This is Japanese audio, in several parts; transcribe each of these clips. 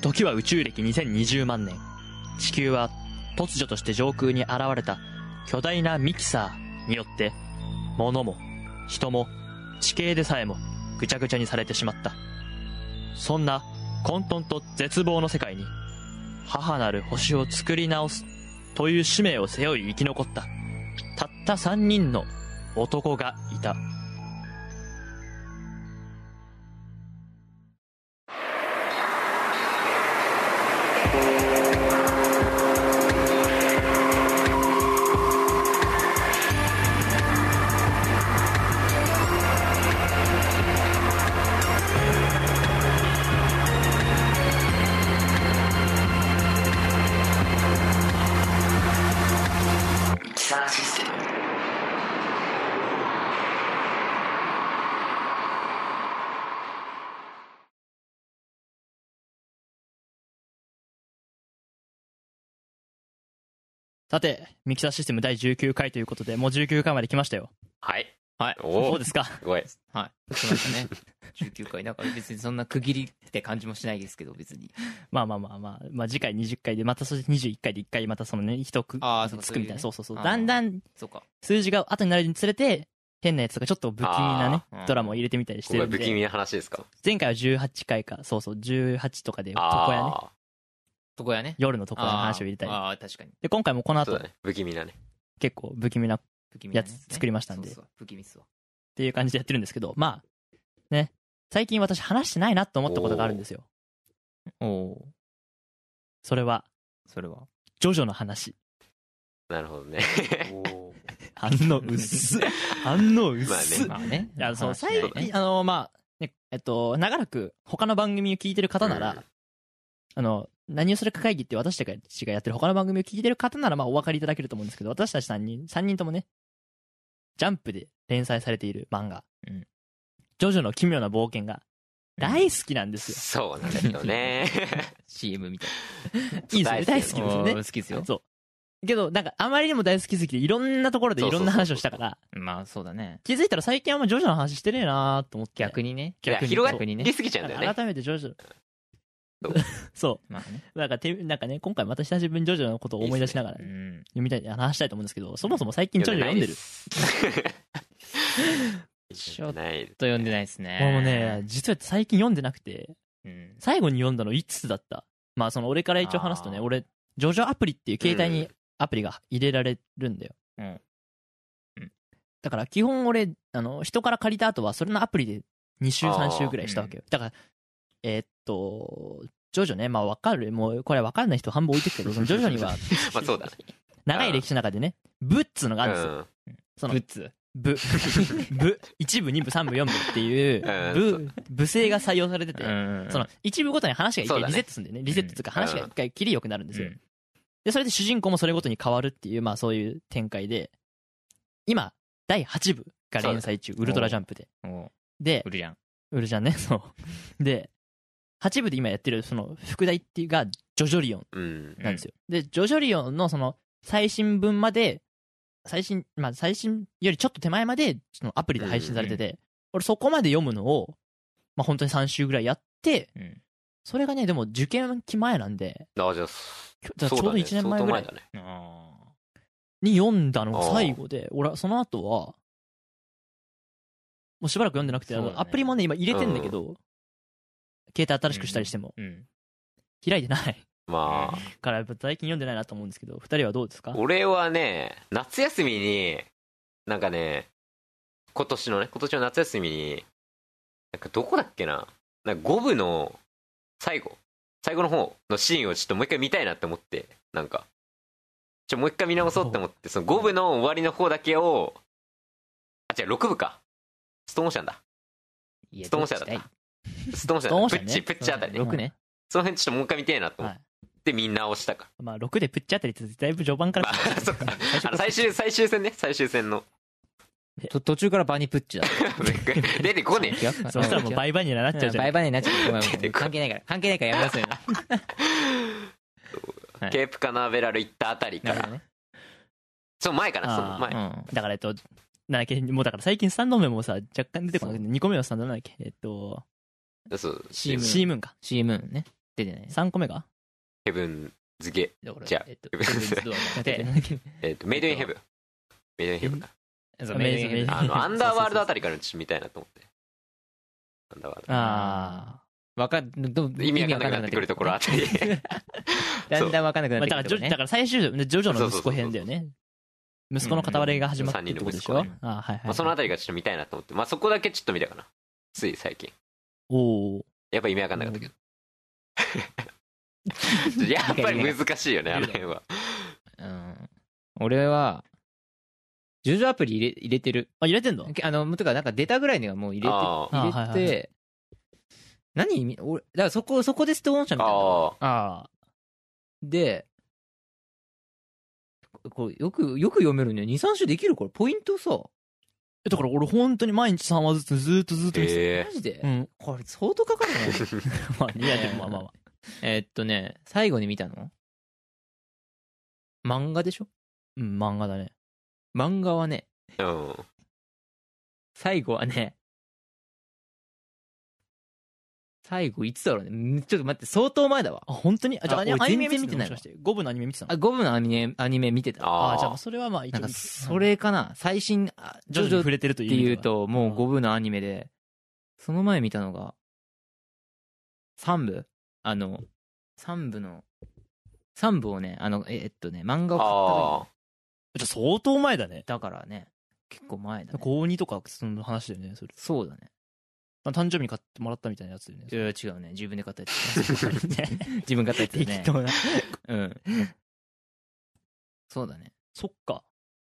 時は宇宙歴2020万年。地球は突如として上空に現れた巨大なミキサーによって物も人も地形でさえもぐちゃぐちゃにされてしまった。そんな混沌と絶望の世界に母なる星を作り直すという使命を背負い生き残ったたった3人の男がいた。さて、ミキサーシステム第19回ということで、もう19回まで来ましたよ。 はい。 はい。 おーどうですか？ すごい。 はい。来ましたね。19回。なんか別にそんな区切りって感じもしないですけど、別に。 まあ次回20回で、またそして21回で1回またそのね、一区あーそうかつくみたいな。そうそうそう。 あーだんだんそうか。 数字が後になるにつれて、変なやつとかちょっと不気味なねあー、 ドラマを入れてみたりしこれてるんで、 不気味な話ですか？ 前回は18回か、そうそう、18とかで、床屋ね、 あ床屋ね。 夜の床屋の話を入れたり。 ああ、確かに。 で、今回もこのあ、そう後だ、ね。不気味なね。 結構不気味なっ不気味なねやつ作りましたんでそうそう不気味っすわ。 ていう感じでやってるんですけど、まあ、ね、最近私話してないなと思ったことがあるんですよ。 おお。 それは、 それは。 ジョジョの話。 なるほどね。 おお。 反応薄っ。反応薄っ。 まあね。 いや、そう、 話しな最いね近、まあ、ね、長らく他の番組を聞いてる方なら、何をするか会議って私たちがやってる他の番組を聞いてる方なら、まあお分かりいただけると思うんですけど、私たち3人ともね、ジャンプで連載されている漫画、 うんジョジョの奇妙な冒険が大好きなんですよ。 そうなんですよね。 CM みたいいいですよね、大好きですよねおー。好きですよ。 そう。けど、なんかあまりにも大好きすぎて、いろんなところでいろんな話をしたから、 まあそうだね。 気づいたら最近はもうジョジョの話してねえなーと思って。 逆にね。 いや、 逆に広逆にねがりすぎちゃうんだよね。 改めてジョジョそう。 そう。 まあね。 なんかね、今回また久しぶりにジョジョのことを思い出しながらうん。 読みたい、話したいと思うんですけど、そもそも最近ジョジョ読んでる。 ちょっとない。 読んでないですね。 俺もね、実は最近読んでなくて、 うん。 最後に読んだのいつだった？まあその俺から一応話すとね、 あー俺、ジョジョアプリっていう携帯にアプリが入れられるんだよ。 うん。 だから基本俺、人から借りた後はそれのアプリで2週3週ぐらいしたわけよ。だから、ジョジョね、まあわかる、もうこれわかんない人半分置いてくけど、そのジョジョにはまあそうだね。 長い歴史の中でね、部っつうのがあるんですよ。 うん。 そのグッズ。 部、1部、2部、3部、4部っていう部制が採用されてて、 んその一部ごとに話が一回そうだねリセットするんだよね。リセットっていうか話が一回切り良くなるんですよ。 うんで、それで主人公もそれごとに変わるっていう、まあそういう展開で、今、第8部が連載中、ウルトラジャンプで。 おうで売、るじゃん。 ウルジャンね、そう。で、8部で今やってるその副題っていうが、ジョジョリオンうん。 なんですよ。で、ジョジョリオンのその最新分まで、最新よりちょっと手前まで、そのアプリで配信されてて、俺そこまで読むのを、まあ本当に3週ぐらいやって、 うん。 それがね、でも受験期前なんで、 あ、じゃあ、 だからちょうど1年前ぐらい相当だね。 あに読んだのが最後で、俺はその後は、もうしばらく読んでなくて、 そうだねアプリもね、今入れてんだけど、携帯新しくしたりしても、 うん。 開いてないまあ、 から、やっぱ最近読んでないなと思うんですけど、二人はどうですか？ 俺はね、夏休みに、なんかね、今年の夏休みに、なんかどこだっけな、なんか5部の最後の方のシーンをちょっともう一回見たいなって思って、なんか、もう一回見直そうって思って、その5部の終わりの方だけを、あ、違う、6部か。ストーンオーシャンだ。 いやストーンオーシャンだった。ストーンオーシストーンオーシャンねャンだ。プッチあたりね。 6ね。 その辺ちょっともう一回見たいなと思って見直したかまあ、6でプッチあたりってだいぶ序盤からら。まあ、そっか。最終戦ね、最終戦の。 途中からバニプッチだ。 出てこねえ。 そしたらもうバイバニラになっちゃうじゃん。 バイバイになっちゃう。ごめんごめん関係ないから。関係ないからやめなさいよ。はいケープカナベラル行ったあたりから。 なるほどね。 その前かな、そあーの前。 うん。 だからなんだっけ、もうだから最近3度目もさ、若干出てこなくて、2個目は3度なんだっけ、 そう。 シームーン。 シームーンか。 シームーンね。 出てない。 3個目がヘブンズゲだからじゃあヘブンズドアじゃなくてメイドインヘブン。メイドインヘブンだ。 そうメイドインヘブンアンダーワールドあたりから見たいなと思って。アンダーワールド。 あ意味わかんなくなってくるところあたり。 だんだん分かんなくあ、 なってくるとこね。 だから最終ジョジョの息子編だよね。息子の片割れが始まってるってことでしょ。 うんうんあ、はいはい。 そのあたりがちょっと見たいなと思って。まあそこだけちょっと見たかな。つい最近。 おお。 やっぱ意味わかんなかったけど。やっぱり難しいよね、あの辺は。 俺はジョジョアプリ入れてる。 あ、入れてんの？ とかなんか出たぐらいにはもう入れて、俺だからそこでストーン社みたいな。 ああ。 で、これよく読めるね。2、3種できるこれポイントさ。 だから俺本当に毎日3話ずつずーっと見てマジで？ うん。 これ相当かかるね。 まあ、いや、でもまあ。 最後に見たの漫画でしょ？ うん、漫画だね。 漫画はね、 うん。 最後はね、最後いつだろうね。ちょっと待って、相当前だわ。 あ、本当に？じゃあ、 俺アニメ全然見てないわ。 5部のアニメ見てたの？ 5部のアニメ見てた。 あ、じゃあそれはまあ一応。 なんかそれかな。最新、 ジョジョに触れてるというっていうと、もう5部のアニメで、その前見たのが、3部3部をね、漫画を買った時に。 じゃあ相当前だね。 だからね、結構前だね。 高2とかその話だよね、それ。 そうだね。 誕生日に買ってもらったみたいなやつだよね。 いや違うね、自分で買ったやつ。自分買ったやつね。 適当な。 うん。そうだね。 そっか。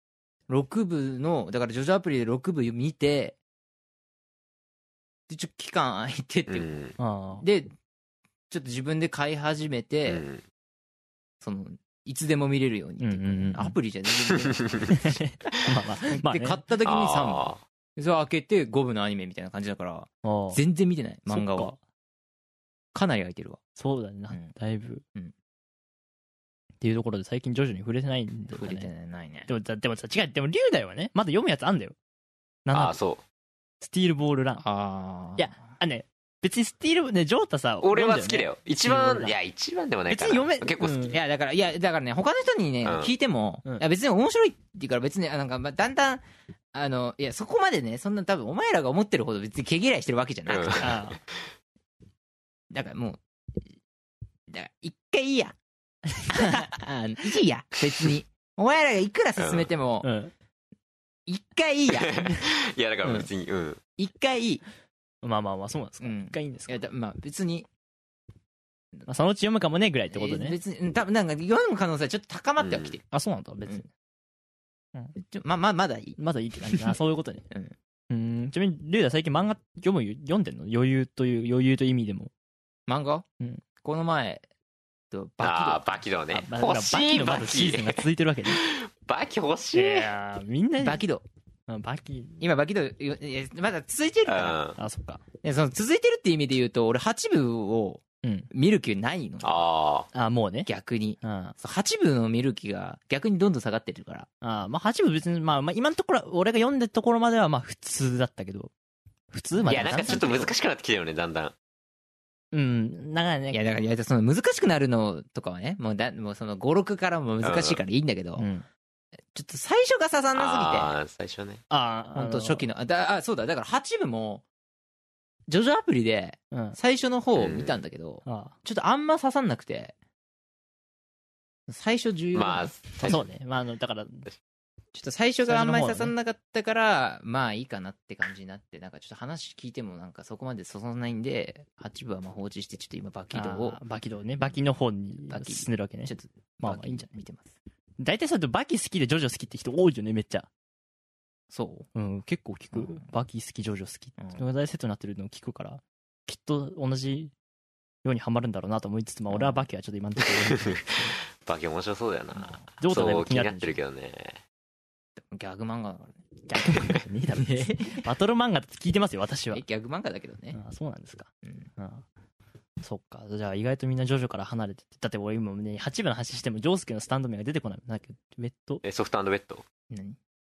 6部の、だからジョジョアプリで6部見て、で、ちょっと期間空いてって、で、ちょっと自分で買い始めて、いつでも見れるように。アプリじゃ全然見れない。まあ、で、買った時に3部。それ開けて5部のアニメみたいな感じだから、全然見てない、漫画は。かなり空いてるわ。 そうだね、だいぶ。っていうところで最近ジョジョに触れてないんだよね。 触れてないね。 でもさ、違う、でも龍大はね、まだ読むやつあんだよ。 そう。 スティールボールラン。いや、別にスティール、ね、ジョータさ、 俺は好きだよ。一番でもないから。別に結構好き。 いや、だからね、他の人にね、聞いても、いや、別に面白いって言うから、別に、だんだん、いや、そこまでね、そんな多分、お前らが思ってるほど別に毛嫌いしてるわけじゃなくて。だからもう、一回いいや。いいや、別に。お前らがいくら進めても、一回いいや。 いや、だから別に、 一回いい。 まあ、そうなんですか。一回いいんですか。 まあ別に。 そのうち読むかもね、ぐらいってことね。 別に、多分なんか読む可能性はちょっと高まってはきてる。 あ、そうなんだ、別に。 まだいい。 まだいいって感じ。そういうことね。ちなみに、リュウダ最近漫画読んでんの？余裕という意味でも。 漫画？この前、 バキドね。 欲しい。バキのまだシーズンが続いてるわけね。 バキ欲しい。いやみんなバキド。今バキド、まだ続いてるから。 あ、そっか。 続いてるって意味で言うと、俺8部を見る気ないの。 もうね。 逆に。8部の見る気が逆にどんどん下がってるから。 まあ8部別に、まあ今のところ、俺が読んでるところまではまあ普通だったけど。普通まで。 いや、なんかちょっと難しくなってきてるよね、だんだん。 だからね。いや、だからその難しくなるのとかはね、もうその5、6からも難しいからいいんだけど、ちょっと最初が刺さんなすぎて。 最初ね。 ほんと初期の。そうだ、だから8部も、ジョジョアプリで、最初の方を見たんだけど、ちょっとあんま刺さんなくて、最初重要だ。 まあ、そうね。まあ、だから、 ちょっと最初があんまり刺さんなかったから、まあいいかなって感じになって、なんかちょっと話聞いてもなんかそこまで刺さらないんで、8部はまあ放置して、ちょっと今バキドを。 バキドね。バキの方に進んでるわけね。 ちょっと、 まあいいんじゃない？ 見てます。 大体そうやってバキ好きでジョジョ好きって人多いよね、めっちゃ。 そう？ 結構聞く。バキ好き、ジョジョ好き。大セットになってるのを聞くから、きっと同じようにハマるんだろうなと思いつつ、まあ俺はバキはちょっと今のところ。 バキ面白そうだよな。 そう気になってるけどね。 ギャグ漫画だからね。 ギャグ漫画じゃねえだろね。バトル漫画って聞いてますよ、私は。 ギャグ漫画だけどね。 そうなんですか。そっか。じゃあ意外とみんなジョジョから離れてて。だって俺今ね、8部の話しても、ジョースケのスタンド名が出てこない。なんだっけ、ベッド。 ソフトベッド？ 何？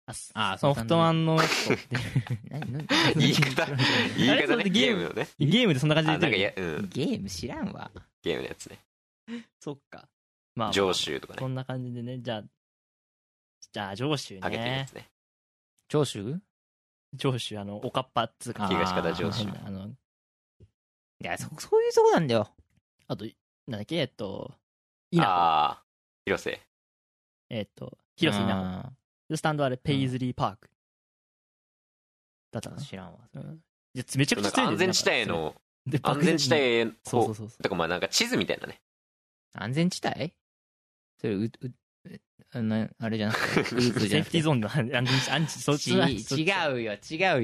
ソフトマンのやつと言い方ね、ゲームのね。 ゲームでそんな感じで言ってる。ゲーム知らんわ。 ゲームのやつね。 そっか。まあ、 上州とかね。 そんな感じでね。じゃあ上州ね。 上げてるやつね。 上州、 おかっぱっつうか。 東方上州。 いや、そういうとこなんだよ。 あと、なんだっけ、 稲穂。広瀬。 広瀬稲穂。スタンドあれ、ペイズリーパーク。だったかな。 知らんわ。 めちゃくちゃ強い安全地帯の、安全地帯へ、そう。だからまあなんか地図みたいなね。 安全地帯それ、あれじゃなくて、 セーフティーゾーンの安置、そっち違うよ。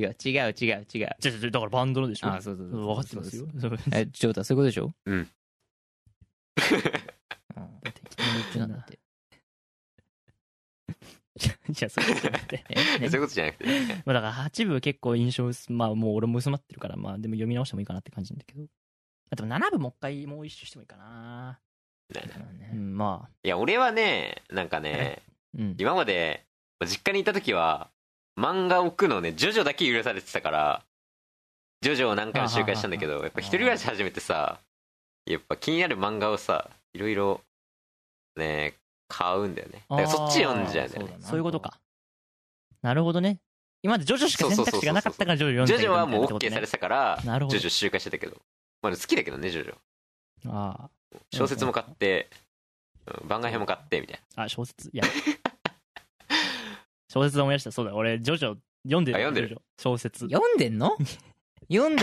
だからバンドのでしょ。 そう。 分かってますよ。 ジョータ、そういうことでしょ。 うん。 適当に言ってなんだって。 じゃあそういうことじゃなくて。 そういうことじゃなくて。 まあだから8部結構印象、まあもう俺も薄まってるから、まあでも読み直してもいいかなって感じなんだけど。でも7部もう一回もう一周してもいいかな。まあ。 いや、俺はね、なんかね、今まで、実家にいた時は、漫画置くのね、ジョジョだけ許されてたから、ジョジョを何回も周回したんだけど、やっぱ一人暮らし始めてさ、やっぱ気になる漫画をさ、いろいろ、ね、買うんだよね。だからそっち読んじゃうんだよね。 そういうことか。なるほどね。今までジョジョしか選択肢がなかったからジョジョ読んでた。 ジョジョはもう OK されてたから、ジョジョ周回してたけど。まあ好きだけどね、ジョジョ。小説も買って、番外編も買って、みたいな。小説、いや。小説思い出した。そうだ、俺、ジョジョ読んでる。 読んでる。 小説。 読んでんのだから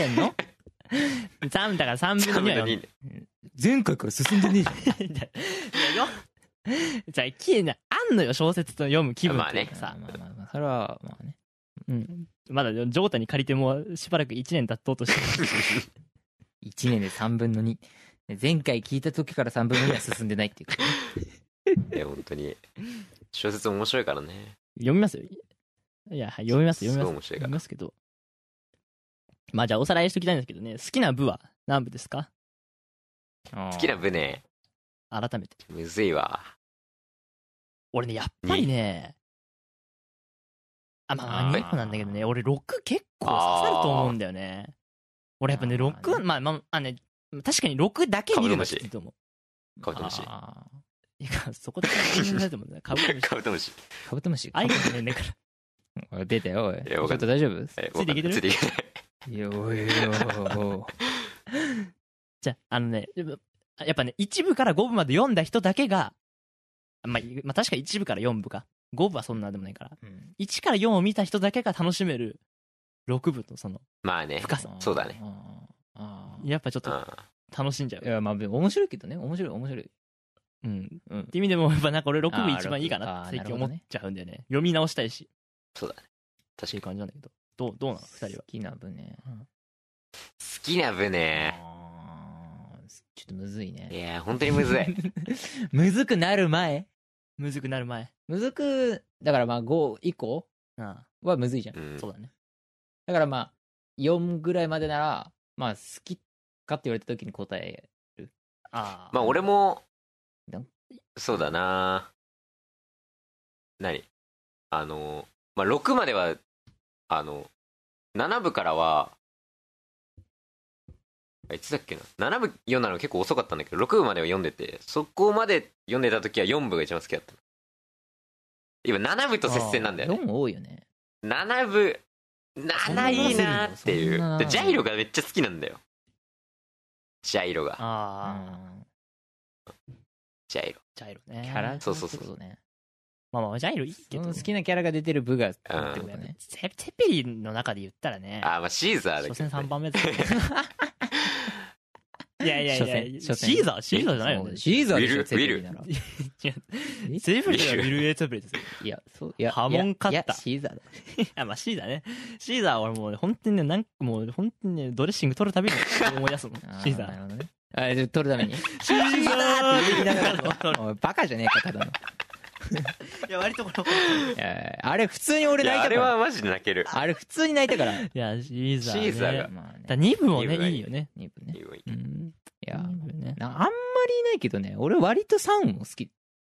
3分の2は読んでる。前回から進んでねえじゃん。 じゃあ、あんのよ、小説と読む気分っていうかさ。 まあ、それは、まあね。 まだ、ジョータに借りてもしばらく1年経とうとしてる。 1年で3分の2。前回聞いた時から3分の2は進んでないっていうか、 ね。いや、本当に。小説面白いからね。 読みますよ。いや、読みます。 すごい面白いから。 読みますけど。まあじゃあおさらいしときたいんですけどね、好きな部は何部ですか？ 好きな部ね。 改めて。 むずいわ。 俺ね、やっぱりね、まあ2個なんだけどね、俺6結構刺さると思うんだよね。俺やっぱね、6、まあね、確かに6だけ見るの好きと思う。 カブトムシ。 いや、そこで考えてもね、カブトムシ。 カブトムシ。 アイコンねんねから。 出たよ、おい。ちょっと大丈夫？ ついていけてる？ついていけない。 じゃあ、やっぱね、1部から5部まで読んだ人だけが、まあ確か1部から4部か。5部はそんなでもないから。1から4を見た人だけが楽しめる6部のその、 まあね。 深さ。 そうだね。 やっぱちょっと楽しんじゃう。 いや、まあ面白いけどね。面白い。 って意味でも、やっぱなんか俺6部一番いいかなって最近思っちゃうんだよね。読み直したいし。 そうだね。 確かに感じなんだけど。どうなの2人は。 好きな部ね。 好きな部ね。 ちょっとむずいね。 いや、本当にむずい。 むずくなる前。だからまあ5以降はむずいじゃん。 そうだね。 だからまあ、4ぐらいまでなら、まあ好きかって言われた時に答える。 まあ俺も、そうだな。まあ6までは、7部からは、いつだっけな、7部読んだの結構遅かったんだけど、6部までは読んでて、そこまで読んでた時は4部が一番好きだった。今7部と接戦なんだよね。 4多いよね。 7部、7いいなーっていう。ジャイロがめっちゃ好きなんだよ。ジャイロが。ジャイロね。 キャラ？ そうね。 まあジャイロいいけど、 好きなキャラが出てる部がってことだよね。テペリの中で言ったらね。 まあシーザーだけど、 初戦3番目だね。いや、シーザーじゃないよね。 シーザーでしょ、 ウィル。 違う。 セーフリーはウィル・エイツェプリですよ。 いや、そう、いや、 ハモンカッタ。 シーザーだ。 まあシーザーね。シーザーは俺もう本当にね、本当にね、ドレッシング取るたびに思い出すもん。シーザー。 なるほどね。取るためにシーザーって言いながら、バカじゃねえか、ただの。 いや、割とあれ普通に俺泣いたから。 あれはマジで泣ける。 あれ普通に泣いたから。 いや、シーザーが。 2部もね、いいよね。 2部ね。いや、あんまりいないけどね、俺割と3も好き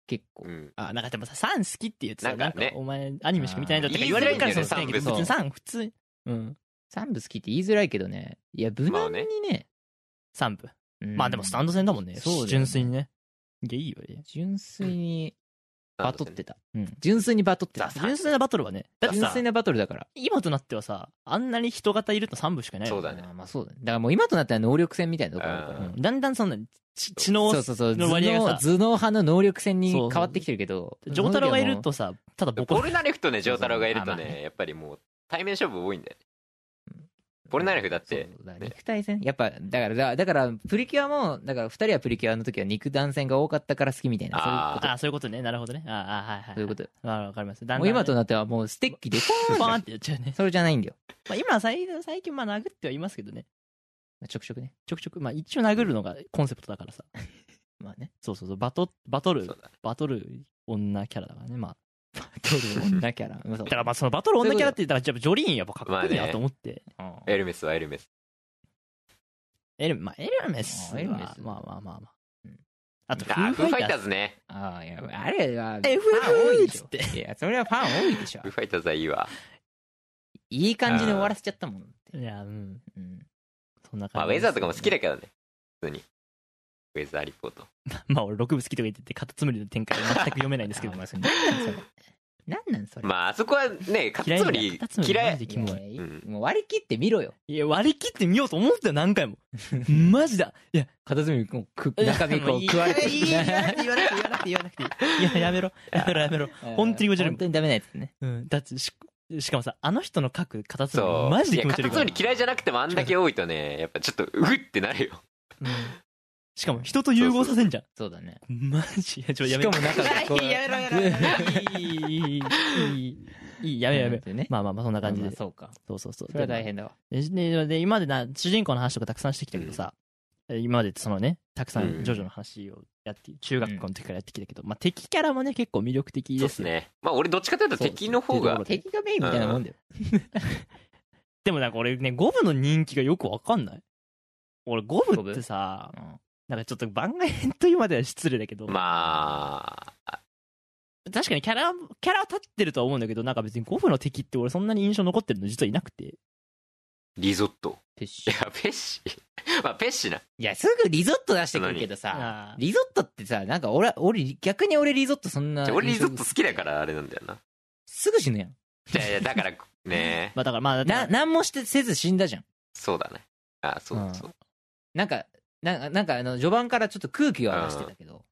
結構。 なんかでもさ、サン好きって言ってさ、なんかねお前アニメしか見てないんだって言われるからそう好きだけど、 言いづらいんだよね別にサン普通。 三部好きって言いづらいけどね。いや、無難にね。 三部。まあでもスタンド戦だもんね。 そうだよね純粋にね。いや、いいよね。 純粋にバトってた。純粋にバトってた。 純粋なバトルはね。だってさ、 純粋なバトルだから。 今となってはさ、あんなに人型いると3部しかいないよ。 そうだね。 まあそうだね。だからもう今となっては能力戦みたいなところあるから。 だんだんそんな知能の割合がさ、 頭脳派の能力戦に変わってきてるけど。 ジョー太郎がいるとさ、ただポルナレフとね、ジョー太郎がいるとね、やっぱりもう対面勝負多いんだよね。ポルナレフだって。 肉体戦やっぱ、だから、プリキュアも、だから2人はプリキュアの時は肉弾戦が多かったから好きみたいな。 そういうことね。なるほどね。はいはい。 そういうこと。 わかります。 もう今となってはもうステッキでパーンってやっちゃうね。 それじゃないんだよ。 まあ今は最近まあ殴ってはいますけどね。 ちょくちょくね。 ちょくちょく。まあ一応殴るのがコンセプトだからさ。 まあね。 そう。バトル女キャラだからね。まあ。 バトル女キャラ。 だからまあそのバトル女キャラって言ったら、ジョリーンやっぱかっこいいなと思って。 エルメスはエルメス。 エルメスはまあ。あとフーファイターズね。 あれは、 ファン多いでしょ。 いや、それはファン多いでしょ。 フーファイターズはいいわ。 いい感じで終わらせちゃったもん。 いや、そんな感じ。 まあウェザーとかも好きだけどね。普通に。ウェザーリポート。 まあ俺6部好きとか言っててカタツムリの展開全く読めないんですけど。 なんなんそれ。 まああそこはね、カタツムリ嫌い。 もう割り切ってみろよ。 いや、割り切ってみようと思ってたよ、何回も。マジだ。いや、 カタツムリ中身こう食われてる。 言わなくていい。いや、やめろ。本当に気持ち悪い。 本当にダメなやつね。 だってしかもさ、あの人の書くカタツムリマジで気持ち悪いから。 カタツムリ嫌いじゃなくてもあんだけ多いとね、やっぱちょっとうぐってなるよ。 しかも人と融合させんじゃん。 そうだね。 マジやめろ。しかも中がこう。 やめろ。いい、やめろ。まあ、そんな感じで。 そうか。 そう。 それは大変だわ。 で、今まで主人公の話とかたくさんしてきたけどさ、今までそのね、たくさんジョジョの話をやって、中学校の時からやってきたけど、まあ敵キャラもね、結構魅力的ですね。まあ俺どっちかというと敵の方が。 敵がメインみたいなもんだよ。 でもなんか俺ね、5部の人気がよくわかんない。俺5部ってさ、なんかちょっと番外編というまでは失礼だけど。 まあ。 確かにキャラは立ってるとは思うんだけど、なんか別に5部の敵って俺そんなに印象残ってるの実はいなくて。 リゾット。 ペッシ。 いや、ペッシ。まあ、ペッシな。 いや、すぐリゾット出してくるけどさ、リゾットってさ、なんか逆に俺リゾットそんな。 俺リゾット好きだからあれなんだよな。 すぐ死ぬやん。 いや、だからね。 まあだからまあ、 なんもせず死んだじゃん。 そうだね。そう。 なんか序盤からちょっと空気は出してたけど、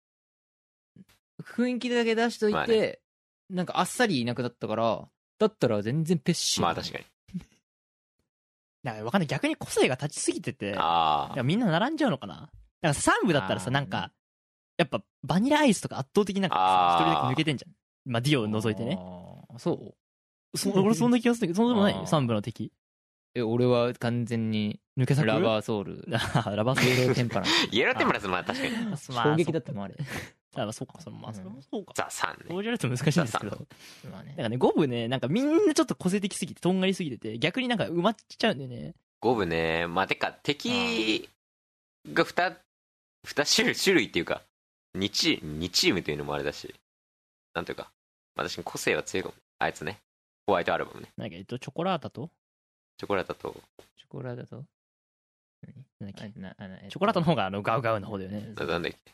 雰囲気だけ出しといて、なんかあっさりいなくなったから、だったら全然ペッシー。 まあ確かに。 だからわかんない。逆に個性が立ちすぎてて、みんな並んじゃうのかな。だから3部だったらさ、なんか、やっぱバニラアイスとか圧倒的なんか一人だけ抜けてんじゃん。まあディオを除いてね。俺そんな気がするけど、そうでもない ?3 部の敵。 俺は完全に抜けラバーソウル。 ラバーソウル。 イエローテンパランス。 イエローテンパランス、まあ確かに。 衝撃だったもん、あれ。 そうか、そうか。 ザ・3ね。 そう言われると難しいんですけど。だからね、5部ね、なんかみんなちょっと個性的すぎて、とんがりすぎてて、逆になんか埋まっちゃうんでね。 5部ね、まあてか、敵が2種類っていうか、2チームというのもあれだし、なんというか、私の個性は強いかも。あいつね。ホワイトアルバムね。 なんかチョコラータとチョコラータと何だっけチョコラータの方がガウガウの方だよね。 なんだっけ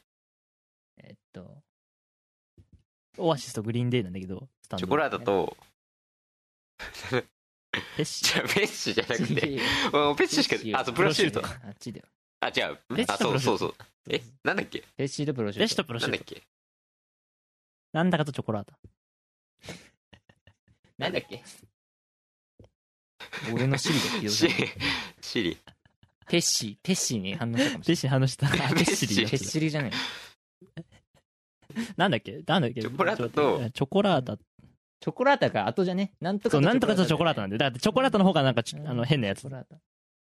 オアシスとグリーンデーなんだけど、 チョコラータとペッシペッシじゃなくてペッシしか、プロシュート。 あっちだよ。 違う。そう。なんだっけペッシとプロシュート。 なんだっけなんだかとチョコラータ。 なんだっけ俺のシリでシリ。 ペッシーに反応したかもしれない。 ペッシーに反応した。ペッシリじゃない。 なんだっけチョコラータとチョコラータ。 チョコラータが後じゃね。なんとかとチョコラータなんで。だってチョコラータの方がなんか変なやつ。 チョコラータ。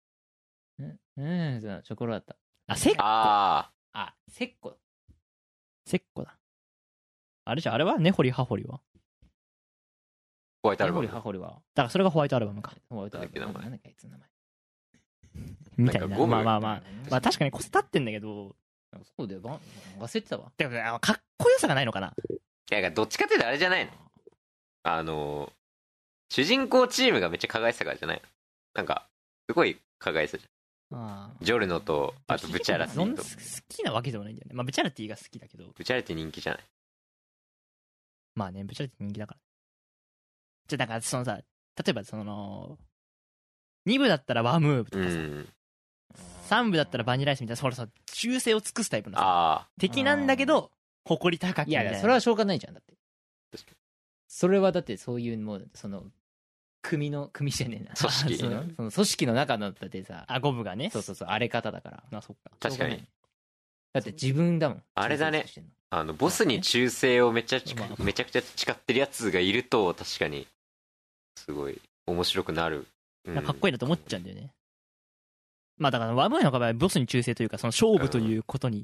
チョコラータ。 セッコ。 セッコ。 セッコだ。あれじゃあれはネホリハホリはホワイトアルバム。 ネホリハホリは。 だからそれがホワイトアルバムか。 ホワイトアルバム。なんだっけあいつの名前。 みたいな。まあ確かに個性立ってんだけど、 そうだよ、忘れてたわ。 でもかっこよさがないのかな。 いや、どっちかっていうとあれじゃないの、主人公チームがめっちゃ輝いてたからじゃないの。なんかすごい輝いてたじゃん。ジョルノとあとブチャラティと。 好きなわけでもないんだよね。まあブチャラティが好きだけど。 ブチャラティ人気じゃない。 まあね、ブチャラティ人気だから。じゃあだからそのさ、例えばその2部だったらワムーブとかさ、3部だったらバニラアイスみたいな、それさ、忠誠を尽くすタイプのさ、敵なんだけど誇り高きみたいな。 いや、それはしょうがないじゃん。だってそれはだってそういうもうその組じゃねえな、 組織その組織の中のだってさ、 5部がね、 そう荒れ方だから。 あ、そっか。 確かに。 だって自分だもん。 あれだね、ボスに忠誠をめちゃくちゃ誓ってるやつがいると確かにすごい面白くなる、 かっこいいなと思っちゃうんだよね。まあだからワムーの場合はボスに忠誠というか、その勝負ということに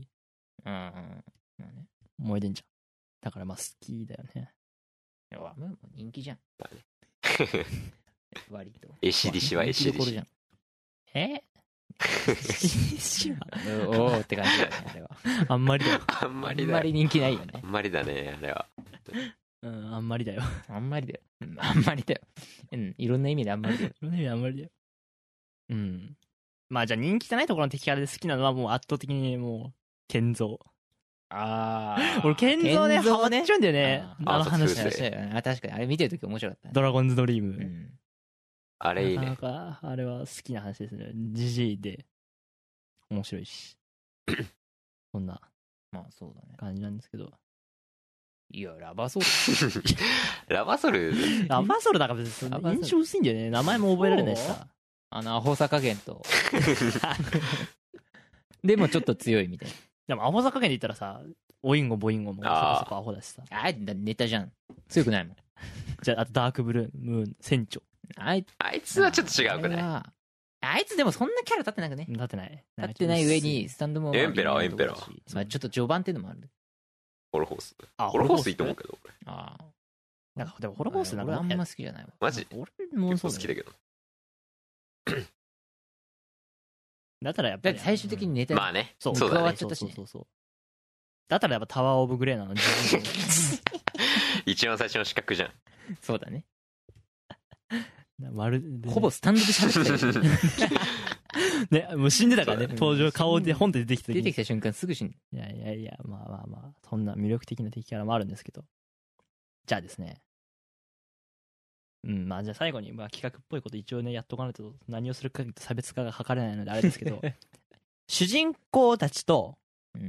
燃えてんじゃん。だからまあ好きだよね。 ワムーも人気じゃん。割とエシディシはエシディシ。 おーって感じだよね、あれは。 あんまりだよ。 あんまり人気ないよね。 あんまりだね、あれは。 あんまりだよ。 あんまりだよ。あんまりだよ。いろんな意味であんまりだよ。 いろんな意味であんまりだよ。まあじゃあ人気じゃないところの敵キャラで好きなのはもう圧倒的にもう、健三。俺健三ね、ハマっちゃうんだよね。あの話。 確かに、あれ見てるとき面白かった。 ドラゴンズドリーム。 あれいいね。 なかなかあれは好きな話ですね。ジジイで面白いし。そんな、 まあそうだね。 感じなんですけど。 いや、ラバソル。 ラバソルだから別に印象薄いんだよね。名前も覚えられないしさ。 アホさ加減と。でもちょっと強いみたいな。 でもアホさ加減で言ったらさ、オインゴボインゴもそこそこアホだしさ。 ネタじゃん。強くないもん。 じゃあ、あとダークブルームーン、船長。 あいつはちょっと違うくない？ あいつでもそんなキャラ立ってなくね？ 立ってない。 立ってない上に、スタンドも。 エンペラー。 まあちょっと序盤っていうのもある。 ホロホース。ホロホースいいと思うけど、俺。 なんか、でもホロホースなんか俺あんま好きじゃないわ。 マジ？ 俺もそう好きだけど。 だったらやっぱり。 最終的にネタまあね。 そう、 加わっちゃったし。 そう。だったらやっぱタワーオブグレーなの。 一番最初の資格じゃん。 そうだね。 ほぼスタンドで喋ってたよね。もう死んでたからね。登場、顔で本で出てきた時に。 出てきた瞬間すぐ死んで。 いや、まあ、そんな魅力的な敵キャラもあるんですけど。じゃあですね。まあじゃあ最後に、まあ企画っぽいこと一応ね、やっとかないと何をするか差別化が図れないのであれですけど、主人公たちと、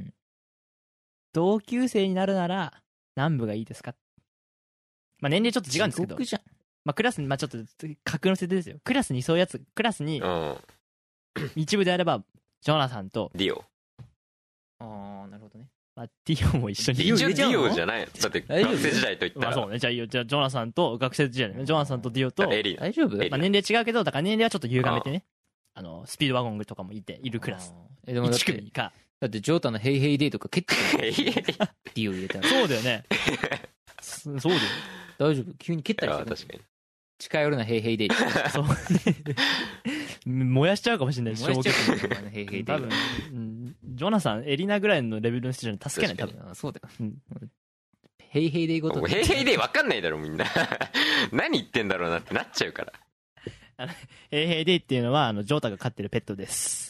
同級生になるなら何部がいいですか？まあ年齢ちょっと違うんですけど、まあクラスに、まあちょっと格の設定ですよ。クラスにそういうやつ、クラスに一部であればジョナサンとディオ。 なるほどね。 まあディオも一緒に。 一応ディオじゃない。だって学生時代と言ったら。 まあそうね。じゃあジョナサンと学生時代ね。ジョナサンとディオとエリー。 大丈夫？ まあ年齢違うけど、だから年齢はちょっと歪めてね。スピードワゴンとかもいるクラス。 でも 1組か。 だってジョータのヘイヘイデーとか蹴ってたよ。ディオ入れたら。 そうだよね。そうだよ。 大丈夫？急に蹴ったりしてる。 確かに。 近寄るなヘイヘイデー。 そう。燃やしちゃうかもしれない。 燃やしちゃうかもしれない。ヘイヘイデー。 多分、ジョナサン、エリナぐらいのレベルの人じゃ助けない、多分。 そうだよ。ヘイヘイデーごと。 ヘイヘイデー分かんないだろ、みんな。何言ってんだろうなってなっちゃうから。 ヘイヘイデーっていうのは、ジョータが飼ってるペットです。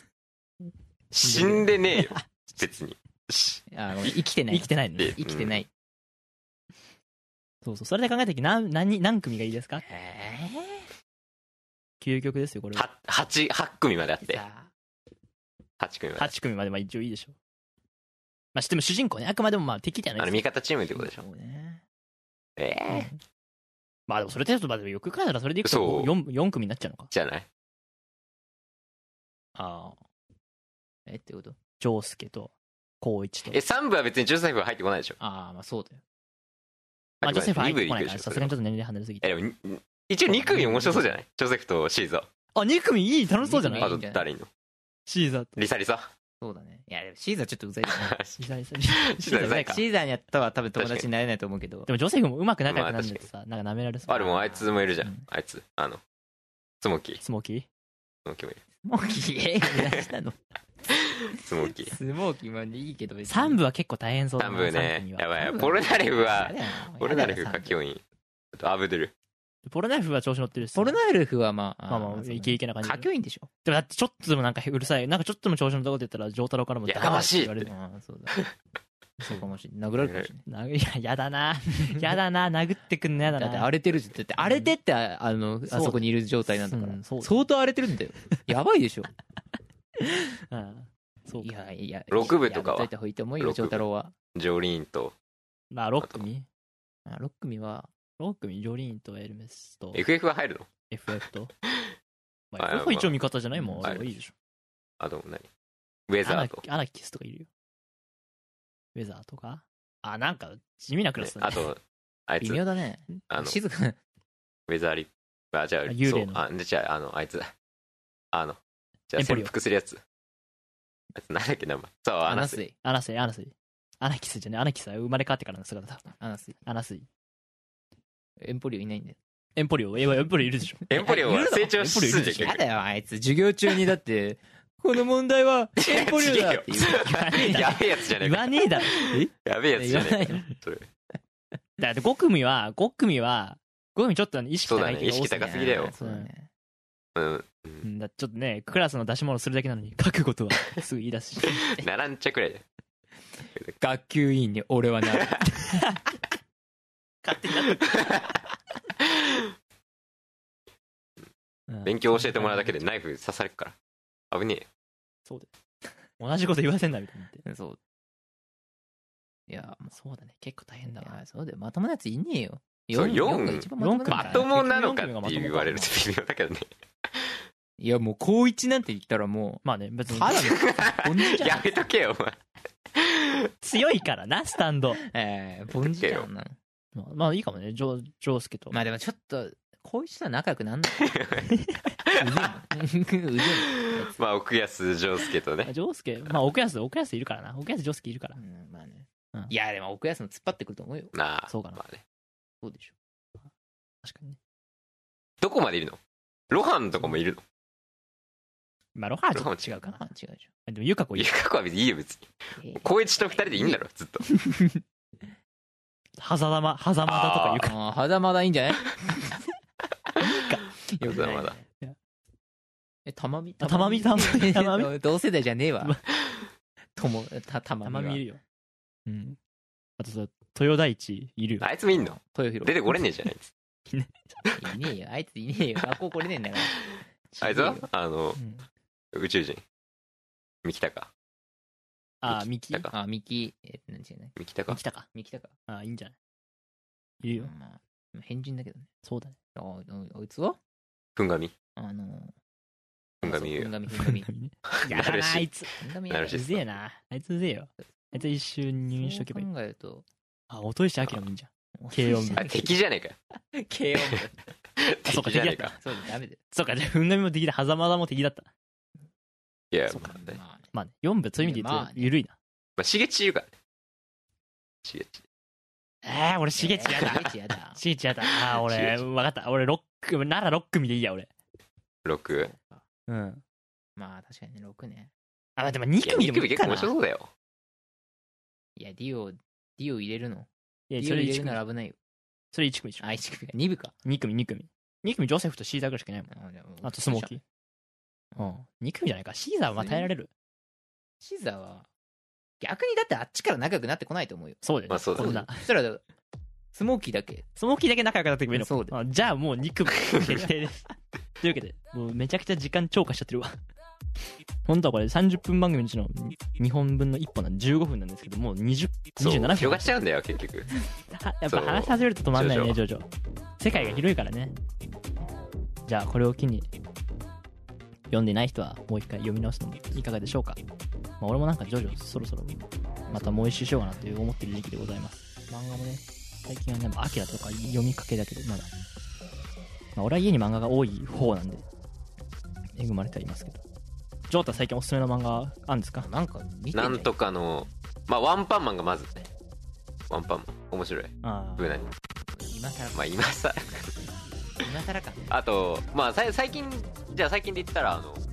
死んでねえよ、別に。 生きてない。 生きてないの。 生きてない。 そう。それで考えたとき何組がいいですか？究極ですよ、これは。 8組まであって。8 組までまあ一応いいでしょう。まあ、でも主人公ね、あくまでもまあ敵じゃないです味方チームってことでしょ。 まあでもそれ程度までよく考えたらそれでいくと 4組になっちゃうのか。 じゃない？ ってこと？ ジョウスケと、コウイチと。 3部は別にジョセフは入ってこないでしょ。 まあそうだよ。 まあジョセフは入ってこないから、さすがにちょっと年齢離れすぎて。 でも一応2組面白そうじゃない？ジョセフとシーザー。 2組いい、楽しそうじゃない？ あと誰いんの？ シーザーと。 リサリサ。 そうだね。いや、でもシーザーちょっとうざいじゃない？シーザーにやったら多分友達になれないと思うけど。 でもジョセフもうまく仲良くなるんでさ、なんか舐められそう。 でもあいつもいるじゃん。あいつ。スモーキー。 スモーキーもいる。 スモーキー出したのスモーキー。 スモーキーまでいいけど別に 3部は結構大変そうだな。 3部三ね部にはやばい。ポルナレフはやだよポルナレフやだよ書き要員、あとアブドゥル。 ポルナレフは調子乗ってるし。 ポルナレフはまあまあイケイケな感じ。 歌教員でしょ。 でもだってちょっとでもなんかうるさい。なんかちょっとでも調子乗ったこと言ったら、丈太郎からもやかましい言われる。 ああそうだ。そうかもしれない。殴られるかもしれない。 いや、やだな。やだな。殴ってくんのやだな。 だって荒れてるじゃん。だって荒れてってあそこにいる状態なんだから、 そう相当荒れてるんだよ。やばいでしょ。 そうか。 いや 6部とかはやっといた方がいいと思うよ、丈太郎は。 ジョリーンとまあ、6組 6組は ?6 組、ジョリーンとエルメスと、 FF は入るの？ FF と。まああ、FF は一応味方じゃないもん。 まああれはいいでしょ。 あと何？ウェザーと、 アナキスとかいるよ。ウェザーとかあ、なんか地味なクラスだね。 あとあい微つ妙だね。静か。 ウェザーリップ、じゃあ幽霊のじゃああいつじゃあエンポリオ潜伏するやつ、あいつなんだっけ名前。そうアナスイ。 アナスイ。アナキスじゃねアナキスは生まれ変わってからの姿だ。 アナスイ。 アナスイ。 エンポリオいないんだよ。 エンポリオいるでしょ。 エンポリオは成長しすぎてやだよ、あいつ。授業中にだって、この問題はエンポリオだって言う。 やべえやつじゃねえか。 言わねえだろ。 やべえやつじゃねえかそれ。 だって5組ちょっと意識高いそうだね、意識高すぎだよ。 そうだね。 だってちょっとね、クラスの出し物するだけなのに書くことはすぐ言い出すし。 ならんちゃくらいだよ。 学級委員に俺はなる。 勝手になって勉強教えてもらうだけでナイフ刺されるから危ねえよ。 そうだよ。同じこと言わせんなみたいになって。 そう。いや、 そうだね。結構大変だわ。 そうだよ。まともなやついねえよ。 そう 4が一番まともなんだよまともなのかって言われると微妙だけどね。 いや、もう高1なんて言ったらもまあね、別う、 に。 ただの、凡人じゃん。 やめとけよお前。 強いからな、スタンド。 凡人じゃんな。 まあいいかもね、ジョースケと。 まあでもちょっと、高1とは仲良くなんない。うぜえの。 まあ奥安丈介とね。 ジョースケ、まあ奥安いるからな。奥安ジョースケいるから。 まあね。いや、でも奥安も突っ張ってくると思うよ。 なあ、 そうかな。 まあね。 そうでしょ。 確かにね。 どこまでいるの？ロハンとかもいるの？ まあロハはちょっと違うかな。 違うでしょ。 でもユカ子いる。 ユカ子は別にいいよ別に。高一と二人でいいんだろずっと。 狭間だとかユカ。 ああ、狭間だいいんじゃない？ よくまだ。 たまみ同世代じゃねえわ。たまみいるよ。うん。あとさ、豊大地いるよ。 あいつもいんの？ 豊広。 出てこれねえじゃないです。 いねえよ。あいついねえよ。学校来れねえんだから。 あいつは宇宙人。三木高。 ミキ。 ミキ、なんじゃない三木高。 ミキ高。 いいんじゃない？いるよ。 まあ、変人だけどね。 そうだね。 あいつはふんがみ。 ふんがみ。 やだな、あいつ。 なるし。 うぜえな。あいつうぜえよ。あいつ一周入院しとけばいい。 考えると。 音石明もいいんじゃん。軽音部。 敵じゃねえかよ。 軽音部。 そうか、敵だった。 そうだ、ダメだよ。 そうか、じゃあ、ふんがみも敵だ。狭間も敵だった。 いや、 まあね、4部そういう意味で言うと緩いな。 まあ、しげち言うからね。しげち。 俺、しげちやだ。しげちやだ。俺、わかった。俺、なら6組でいいや、俺。 6。 うん。 まあ、確かにね、6ね。 でも2組でもいいかな。 結構面白そうだよ。 いや、ディオ入れるの？ いや、 それ入れるなら危ないよ。 それ1組でしょ。 1組か。2部か。 2組。2組、ジョセフとシーザーぐらいしかいないもん。あと、スモーキー。2組じゃないか。シーザーはまあ耐えられる。 シーザーは、逆にだってあっちから仲良くなってこないと思うよ。 そうだよね。 まあそうだね。 そしたら、スモーキーだけ仲良くなってくれるの。 そうだじゃあもう2組決定です。というわけで、もうめちゃくちゃ時間超過しちゃってるわ。本当はこれ30分番組のうちの2本分の1本なんで15分なんですけど、もう27分。 広がっちゃうんだよ、結局。 やっぱ話し始めると止まんないね、ジョジョ。世界が広いからね。じゃあこれを機に、読んでない人はもう一回読み直すのもいかがでしょうか。俺もなんかジョジョそろそろまたもう一周しようかなという思ってる時期でございます。漫画もね、最近はね、アキラとか読みかけだけど、まだ。俺は家に漫画が多い方なんで、恵まれてはいますけど。ジョータ最近おすすめの漫画あるんですか？ なんか見てね。 なんとかの、まあワンパンマンがまずね。ワンパンマン。面白い。危ない。 今更。 まあ今更。 今更か。 あと、まあ最近で言ったら、